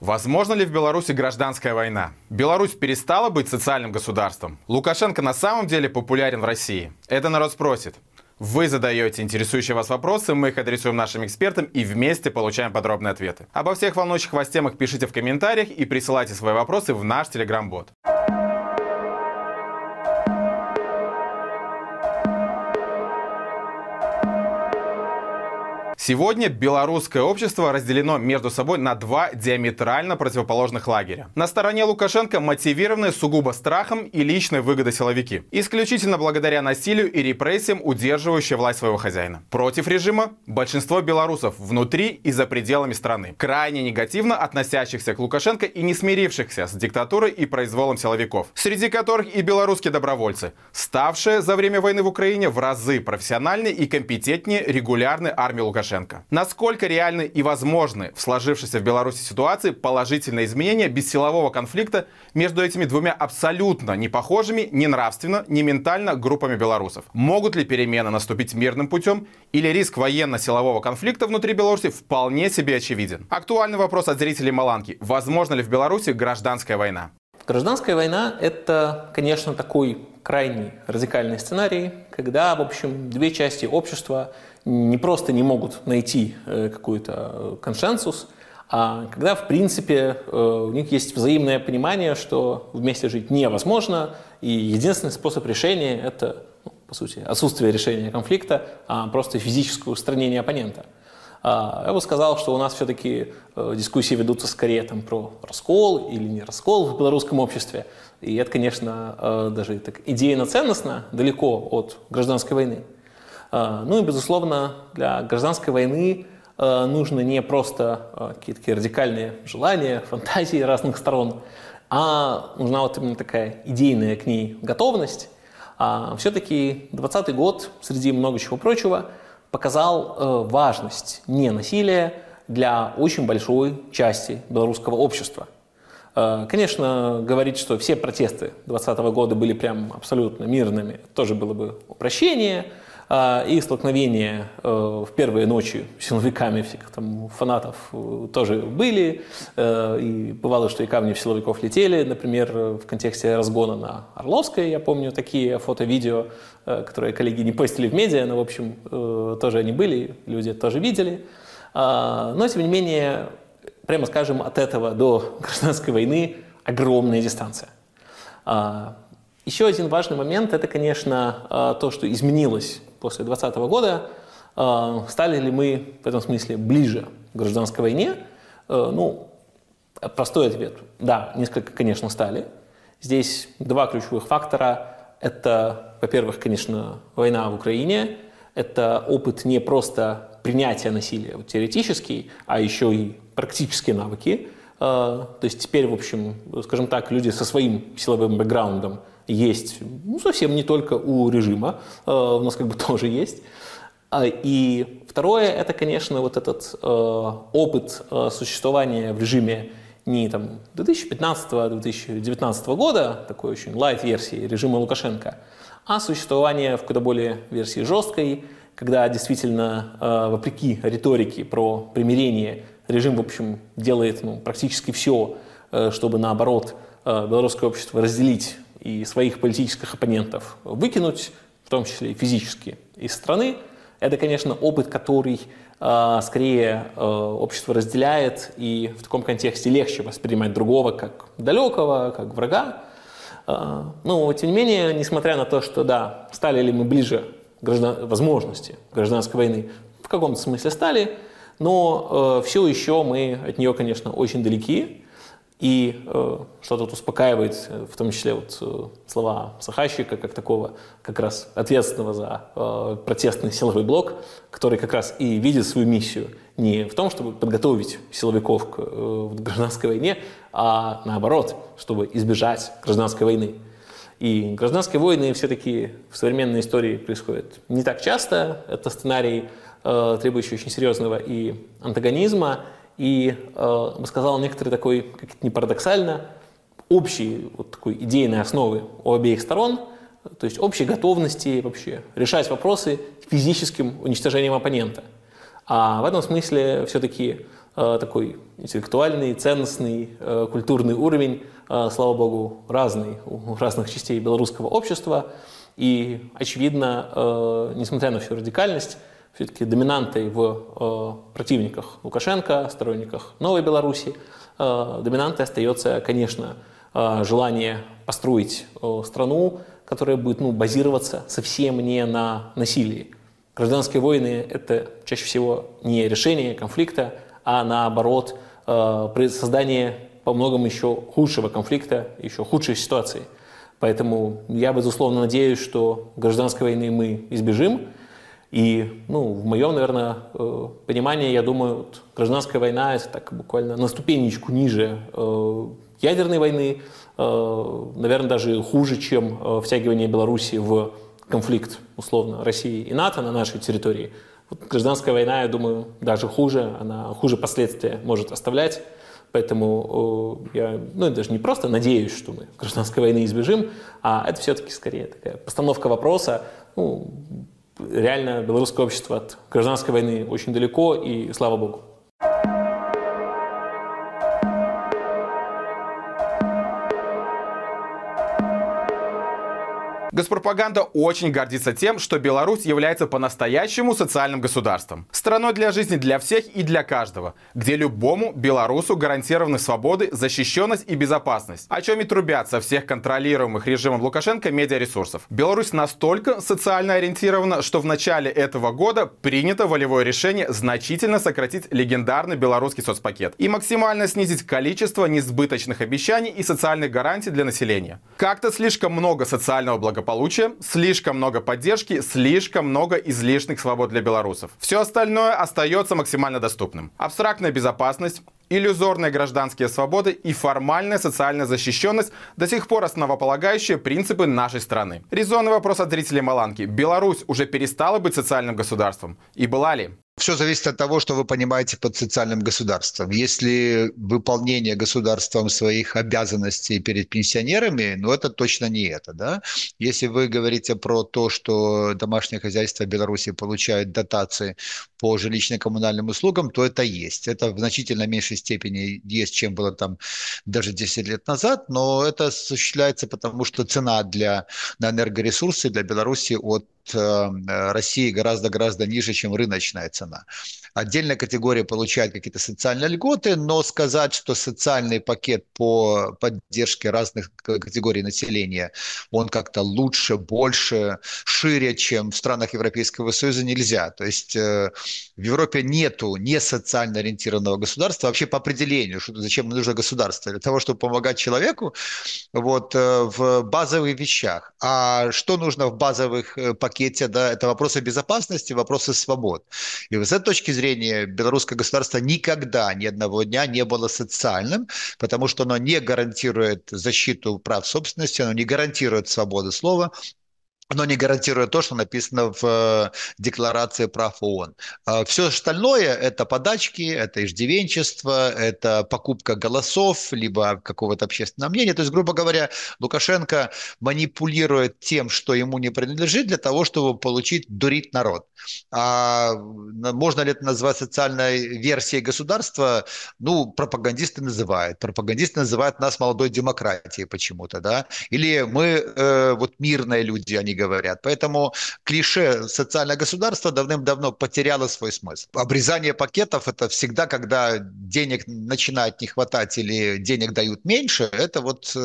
Возможно ли в Беларуси гражданская война? Беларусь перестала быть социальным государством? Лукашенко на самом деле популярен в России? Это народ спросит. Вы задаете интересующие вас вопросы, мы их адресуем нашим экспертам и вместе получаем подробные ответы. Обо всех волнующих вас темах пишите в комментариях и присылайте свои вопросы в наш телеграм-бот. Сегодня белорусское общество разделено между собой на два диаметрально противоположных лагеря. На стороне Лукашенко мотивированные сугубо страхом и личной выгодой силовики, исключительно благодаря насилию и репрессиям, удерживающие власть своего хозяина. Против режима большинство белорусов внутри и за пределами страны, крайне негативно относящихся к Лукашенко и не смирившихся с диктатурой и произволом силовиков, среди которых и белорусские добровольцы, ставшие за время войны в Украине в разы профессиональнее и компетентнее регулярной армии Лукашенко. Насколько реальны и возможны в сложившейся в Беларуси ситуации положительные изменения без силового конфликта между этими двумя абсолютно не похожими ни нравственно, ни ментально группами белорусов? Могут ли перемены наступить мирным путем или риск военно-силового конфликта внутри Беларуси вполне себе очевиден? Актуальный вопрос от зрителей Маланки. Возможно ли в Беларуси гражданская война? Гражданская война – это, конечно, такой крайний радикальный сценарий, когда, в общем, две части общества не просто не могут найти какой-то консенсус, а когда, в принципе, у них есть взаимное понимание, что вместе жить невозможно, и единственный способ решения – это, по сути, отсутствие решения конфликта, а просто физическое устранение оппонента. Я бы сказал, что у нас все-таки дискуссии ведутся скорее про раскол или не раскол в белорусском обществе. И это, конечно, даже так идейно-ценностно далеко от гражданской войны. Ну и, безусловно, для гражданской войны нужно не просто какие-то такие радикальные желания, фантазии разных сторон, а нужна вот именно такая идейная к ней готовность. Все-таки 2020 год, среди много чего прочего, показал важность ненасилия для очень большой части белорусского общества. Конечно, говорить, что все протесты 2020 года были прям абсолютно мирными, тоже было бы упрощение. И столкновения в первые ночи с силовиками всех там фанатов тоже были. И бывало, что и камни в силовиков летели, например, в контексте разгона на Орловской. Я помню такие фото-видео, которые коллеги не постили в медиа, но, в общем, тоже они были, люди тоже видели. Но, тем не менее, прямо скажем, от этого до гражданской войны огромная дистанция. Еще один важный момент – это, конечно, то, что изменилось после 2020 года. Стали ли мы в этом смысле ближе к гражданской войне? Простой ответ – да, несколько, конечно, стали. Здесь два ключевых фактора. Это, во-первых, конечно, война в Украине. Это опыт не просто принятия насилия теоретический, а еще и практические навыки. То есть теперь, в общем, скажем так, люди со своим силовым бэкграундом есть совсем не только у режима, у нас тоже есть. И второе, это, конечно, вот этот опыт существования в режиме не 2015-2019 года, такой очень лайт-версии режима Лукашенко, а существование в куда более версии жесткой, когда действительно, вопреки риторике про примирение, режим, в общем, делает практически все, чтобы, наоборот, белорусское общество разделить и своих политических оппонентов выкинуть, в том числе и физически, из страны. Это, конечно, опыт, который скорее общество разделяет, и в таком контексте легче воспринимать другого как далекого, как врага. Но, тем не менее, несмотря на то, что, да, стали ли мы ближе к возможности гражданской войны, в каком-то смысле стали, но все еще мы от нее, конечно, очень далеки. И что тут успокаивает, в том числе слова Сахащика, как такого как раз ответственного за протестный силовой блок, который как раз и видит свою миссию не в том, чтобы подготовить силовиков к гражданской войне, а наоборот, чтобы избежать гражданской войны. И гражданские войны все-таки в современной истории происходят не так часто. Это сценарий, требующий очень серьезного и антагонизма, и, я бы сказал, некоторые такой, как это не парадоксально, общей такой идейной основы у обеих сторон, то есть общей готовности вообще решать вопросы физическим уничтожением оппонента. А в этом смысле все-таки такой интеллектуальный, ценностный, культурный уровень, слава богу, разный у разных частей белорусского общества. И, очевидно, несмотря на всю радикальность, все-таки доминантой в противниках Лукашенко, сторонниках Новой Беларуси, доминантой остается, конечно, желание построить страну, которая будет базироваться совсем не на насилии. Гражданские войны – это чаще всего не решение конфликта, а наоборот создание по многому еще худшего конфликта, еще худшей ситуации. Поэтому я, безусловно, надеюсь, что гражданской войны мы избежим. И в моем, наверное, понимании, я думаю, гражданская война – это так буквально на ступенечку ниже ядерной войны, наверное, даже хуже, чем втягивание Беларуси в конфликт, условно, России и НАТО на нашей территории. Гражданская война, я думаю, даже хуже, она хуже последствия может оставлять. Поэтому я даже не просто надеюсь, что мы гражданской войны избежим, а это все-таки скорее такая постановка вопроса. Реально белорусское общество от гражданской войны очень далеко, и слава богу. Госпропаганда очень гордится тем, что Беларусь является по-настоящему социальным государством. Страной для жизни для всех и для каждого, где любому белорусу гарантированы свободы, защищенность и безопасность, о чем и трубят со всех контролируемых режимом Лукашенко медиаресурсов. Беларусь настолько социально ориентирована, что в начале этого года принято волевое решение значительно сократить легендарный белорусский соцпакет и максимально снизить количество несбыточных обещаний и социальных гарантий для населения. Как-то слишком много социального благополучия, слишком много поддержки, слишком много излишних свобод для белорусов. Все остальное остается максимально доступным. Абстрактная безопасность, иллюзорные гражданские свободы и формальная социальная защищенность до сих пор основополагающие принципы нашей страны. Резонный вопрос от зрителей Маланки. Беларусь уже перестала быть социальным государством? И была ли? Все зависит от того, что вы понимаете под социальным государством. Если выполнение государством своих обязанностей перед пенсионерами, это точно не это. Да? Если вы говорите про то, что домашнее хозяйство Беларуси получает дотации по жилищно-коммунальным услугам, то это есть. Это в значительно меньшей степени есть, чем было там даже 10 лет назад, но это осуществляется потому, что цена на энергоресурсы для Беларуси от России гораздо ниже, чем рыночная цена. Отдельная категория получает какие-то социальные льготы, но сказать, что социальный пакет по поддержке разных категорий населения, он как-то лучше, больше, шире, чем в странах Европейского Союза, нельзя. То есть в Европе нету не социально ориентированного государства вообще по определению, зачем нужно государство? Для того, чтобы помогать человеку в базовых вещах. А что нужно в базовых пакете? Да, это вопросы безопасности, вопросы свобод. И с этой точки зрения белорусское государство никогда ни одного дня не было социальным, потому что оно не гарантирует защиту прав собственности, оно не гарантирует свободу слова, оно не гарантирует то, что написано в Декларации прав ООН. Все остальное – это подачки, это иждивенчество, это покупка голосов, либо какого-то общественного мнения. То есть, грубо говоря, Лукашенко манипулирует тем, что ему не принадлежит, для того, чтобы дурить народ. А можно ли это назвать социальной версией государства? Пропагандисты называют. Пропагандисты называют нас молодой демократией почему-то, да? Или мы мирные люди, они говорят. Поэтому клише «социальное государство» давным-давно потеряло свой смысл. Обрезание пакетов – это всегда, когда денег начинает не хватать или денег дают меньше, это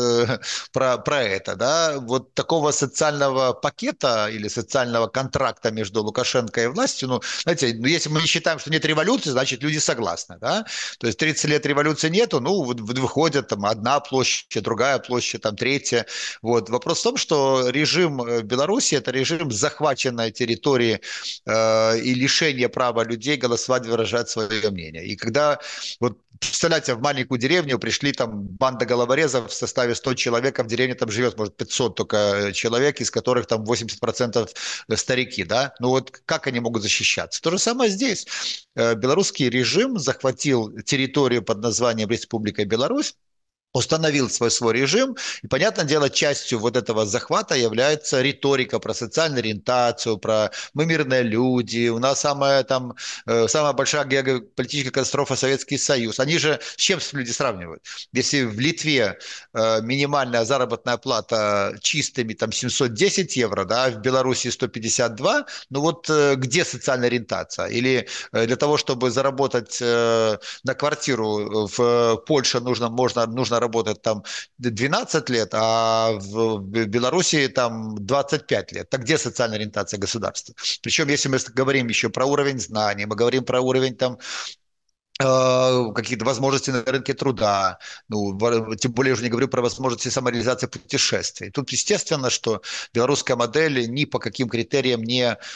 про это. Да? Такого социального пакета или социального контракта между Лукашенко и властью, если мы не считаем, что нет революции, значит, люди согласны. Да? То есть 30 лет революции нету, выходят одна площадь, другая площадь, третья. Вопрос в том, что режим Беларуси – это режим захваченной территории и лишения права людей голосовать, выражать свое мнение. И когда, представляете, в маленькую деревню пришли банда головорезов в составе 100 человек, а в деревне там живет, может, 500 только человек, из которых 80% старики, да? Как они могут защищаться? То же самое здесь. Белорусский режим захватил территорию под названием Республика Беларусь, установил свой режим. И, понятное дело, частью вот этого захвата является риторика про социальную ориентацию, про мы мирные люди, у нас самая большая геополитическая катастрофа Советский Союз. Они же с чем люди сравнивают? Если в Литве минимальная заработная плата чистыми там 710 евро, да, а в Беларуси 152, ну вот где социальная ориентация? Или для того, чтобы заработать на квартиру в Польше нужно работать там 12 лет, а в Беларуси там 25 лет. Так где социальная ориентация государства? Причем, если мы говорим еще про уровень знаний, мы говорим про уровень там какие-то возможности на рынке труда, ну, тем более я уже не говорю про возможности самореализации путешествий. Тут естественно, что белорусская модель ни по каким критериям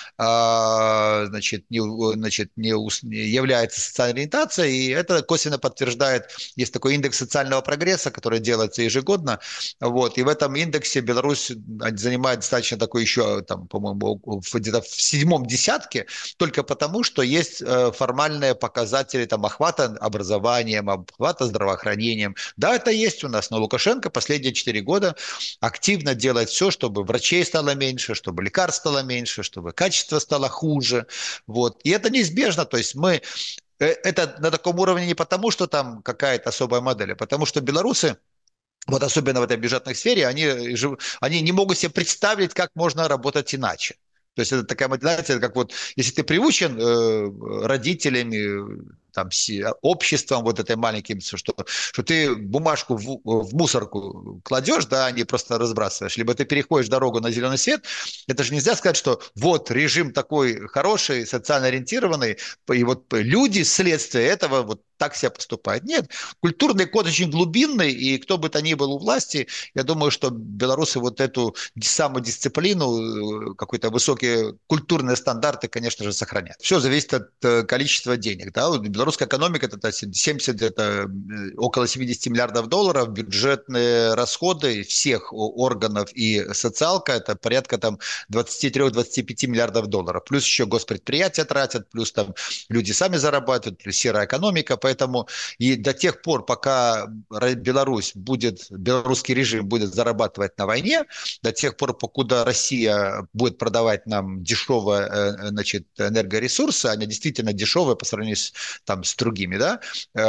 не является социальной ориентацией, и это косвенно подтверждает, есть такой индекс социального прогресса, который делается ежегодно, вот, и в этом индексе Беларусь занимает достаточно такой еще, там, по-моему, где-то в седьмом десятке, только потому, что есть формальные показатели там охвата образованием, охвата здравоохранением. Да, это есть у нас, но Лукашенко последние 4 года активно делает все, чтобы врачей стало меньше, чтобы лекарств стало меньше, чтобы качество стало хуже. Вот. И это неизбежно. То есть это на таком уровне не потому, что там какая-то особая модель, а потому что белорусы, вот особенно в этой бюджетной сфере, они не могут себе представить, как можно работать иначе. То есть это такая мотивация, как вот, если ты приучен родителями, там, обществом вот этой маленьким, что ты бумажку в мусорку кладешь, да, а не просто разбрасываешь, либо ты переходишь дорогу на зеленый свет, это же нельзя сказать, что вот режим такой хороший, социально ориентированный, и вот люди следствие этого вот так себя поступают. Нет, культурный код очень глубинный, и кто бы то ни был у власти, я думаю, что белорусы вот эту самодисциплину, какой-то высокие культурные стандарты, конечно же, сохранят. Все зависит от количества денег. Да? Белорусская экономика это 70, это около 70 миллиардов долларов, бюджетные расходы всех органов и социалка это порядка там 23-25 миллиардов долларов. Плюс еще госпредприятия тратят, плюс там люди сами зарабатывают, плюс серая экономика. Поэтому и до тех пор, пока белорусский режим будет зарабатывать на войне, до тех пор, покуда Россия будет продавать нам дешевые, значит, энергоресурсы, они действительно дешевые по сравнению с другими, да,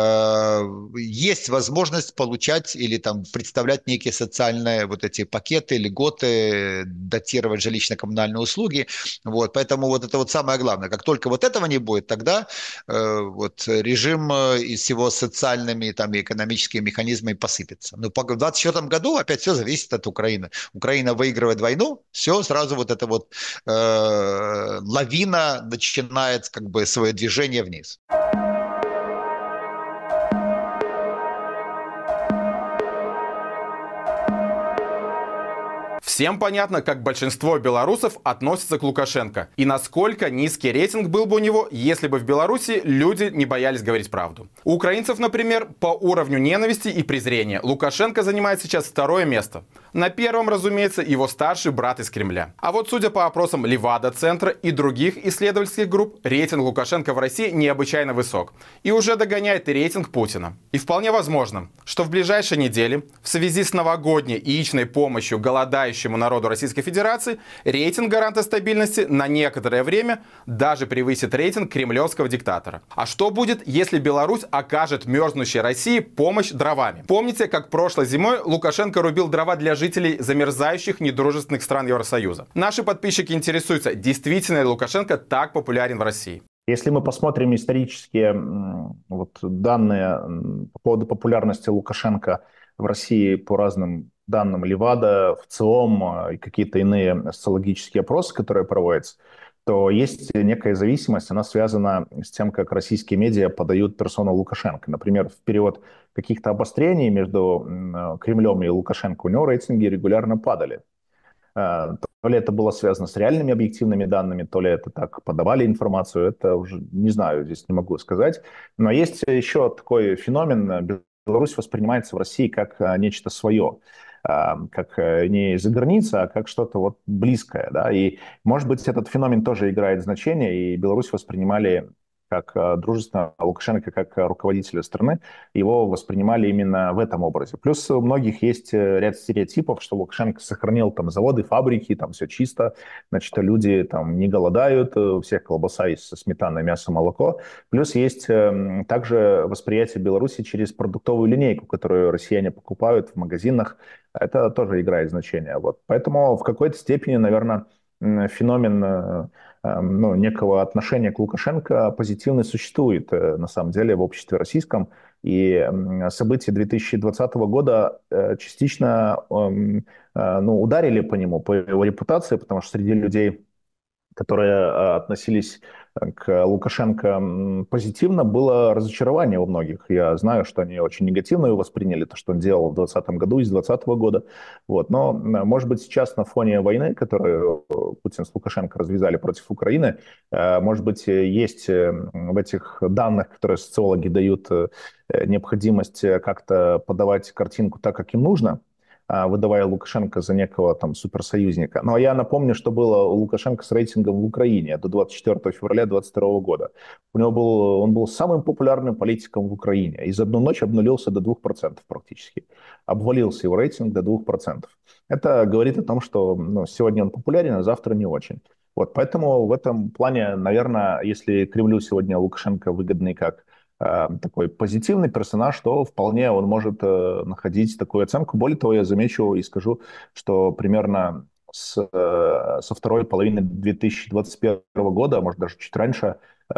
есть возможность получать или там представлять некие социальные вот эти пакеты, льготы, датировать жилищно-коммунальные услуги. Вот, поэтому вот это вот самое главное. Как только вот этого не будет, тогда вот режим и с его социальными там, и экономическими механизмами посыпется. Но в 2024 году опять все зависит от Украины. Украина выигрывает войну, все, сразу вот эта вот лавина начинает как бы свое движение вниз. Всем понятно, как большинство белорусов относятся к Лукашенко и насколько низкий рейтинг был бы у него, если бы в Беларуси люди не боялись говорить правду. У украинцев, например, по уровню ненависти и презрения Лукашенко занимает сейчас второе место. На первом, разумеется, его старший брат из Кремля. А вот судя по опросам Левада-центра и других исследовательских групп, рейтинг Лукашенко в России необычайно высок и уже догоняет и рейтинг Путина. И вполне возможно, что в ближайшие недели в связи с новогодней яичной помощью голодающему народу Российской Федерации рейтинг гаранта стабильности на некоторое время даже превысит рейтинг кремлевского диктатора. А что будет, если Беларусь окажет мерзнущей России помощь дровами? Помните, как прошлой зимой Лукашенко рубил дрова для жителей замерзающих недружественных стран Евросоюза? Наши подписчики интересуются, действительно ли Лукашенко так популярен в России. Если мы посмотрим исторические вот, данные по поводу популярности Лукашенко в России по разным данным Левада, в ЦИОМ и какие-то иные социологические опросы, которые проводятся, то есть некая зависимость, она связана с тем, как российские медиа подают персону Лукашенко. Например, в период каких-то обострений между Кремлем и Лукашенко у него рейтинги регулярно падали. То ли это было связано с реальными объективными данными, то ли это так подавали информацию, это уже не знаю, здесь не могу сказать. Но есть еще такой феномен, Беларусь воспринимается в России как нечто свое, как не из-за границы, а как что-то вот близкое. Да? И, может быть, этот феномен тоже играет значение, и Беларусь воспринимали как дружественно, а Лукашенко как руководителя страны, его воспринимали именно в этом образе. Плюс у многих есть ряд стереотипов, что Лукашенко сохранил там заводы, фабрики, там все чисто, значит, люди там не голодают, у всех колбаса есть со сметаной, мясо, молоко. Плюс есть также восприятие Беларуси через продуктовую линейку, которую россияне покупают в магазинах. Это тоже играет значение. Вот. Поэтому в какой-то степени, наверное, феномен ну, некого отношения к Лукашенко позитивный существует на самом деле в обществе российском. И события 2020 года частично ну, ударили по нему, по его репутации, потому что среди людей, которые относились к Лукашенко позитивно, было разочарование у многих. Я знаю, что они очень негативно его восприняли, то, что он делал в 2020 году, из 2020 года. Вот. Но, может быть, сейчас на фоне войны, которую Путин с Лукашенко развязали против Украины, может быть, есть в этих данных, которые социологи дают, необходимость как-то подавать картинку так, как им нужно, выдавая Лукашенко за некого там суперсоюзника. Но я напомню, что было у Лукашенко с рейтингом в Украине до 24 февраля 2022 года. Он был самым популярным политиком в Украине. И за одну ночь обнулился до 2% практически. Обвалился его рейтинг до 2%. Это говорит о том, что ну, сегодня он популярен, а завтра не очень. Вот, поэтому в этом плане, наверное, если Кремлю сегодня Лукашенко выгодный как такой позитивный персонаж, то вполне он может находить такую оценку. Более того, я замечу и скажу, что примерно со второй половины 2021 года, может даже чуть раньше,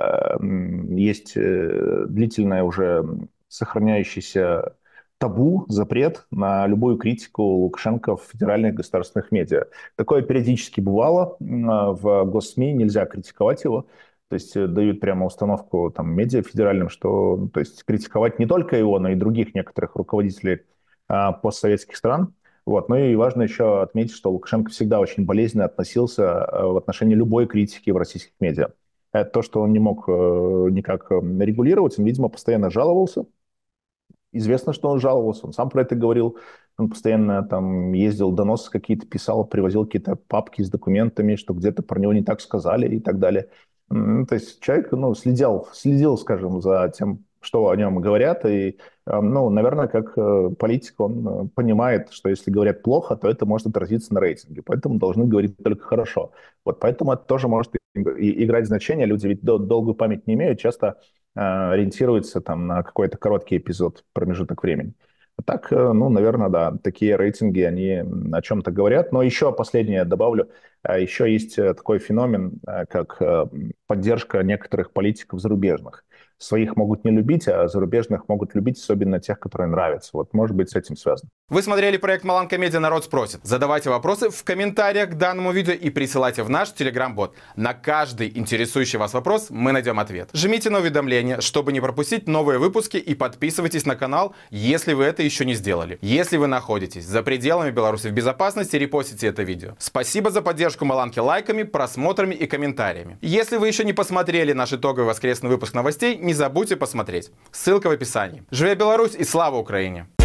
есть длительное уже сохраняющееся табу, запрет на любую критику Лукашенко в федеральных государственных медиа. Такое периодически бывало в госсми, нельзя критиковать его. То есть дают прямо установку там, медиа федеральным, что ну, то есть, критиковать не только его, но и других некоторых руководителей постсоветских стран. Вот. Ну и важно еще отметить, что Лукашенко всегда очень болезненно относился в отношении любой критики в российских медиа. Это то, что он не мог никак регулировать, он, видимо, постоянно жаловался. Известно, что он жаловался, он сам про это говорил. Он постоянно там ездил, доносы какие-то писал, привозил какие-то папки с документами, что где-то про него не так сказали и так далее. То есть человек ну, следил, скажем, за тем, что о нем говорят. И, ну, наверное, как политик он понимает, что если говорят плохо, то это может отразиться на рейтинге. Поэтому должны говорить только хорошо. Вот поэтому это тоже может играть значение. Люди ведь долгую память не имеют, часто ориентируются там, на какой-то короткий эпизод, промежуток времени. Так, ну, наверное, да, такие рейтинги, они о чем-то говорят. Но еще последнее добавлю. Еще есть такой феномен, как поддержка некоторых политиков зарубежных. Своих могут не любить, а зарубежных могут любить, особенно тех, которые нравятся. Вот, может быть, с этим связано. Вы смотрели проект «Маланка Медиа. Народ спросит». Задавайте вопросы в комментариях к данному видео и присылайте в наш Telegram-бот. На каждый интересующий вас вопрос мы найдем ответ. Жмите на уведомления, чтобы не пропустить новые выпуски, и подписывайтесь на канал, если вы это еще не сделали. Если вы находитесь за пределами Беларуси в безопасности, репостите это видео. Спасибо за поддержку Маланки лайками, просмотрами и комментариями. Если вы еще не посмотрели наш итоговый воскресный выпуск новостей, не забудьте посмотреть. Ссылка в описании. Живе Беларусь и слава Украине!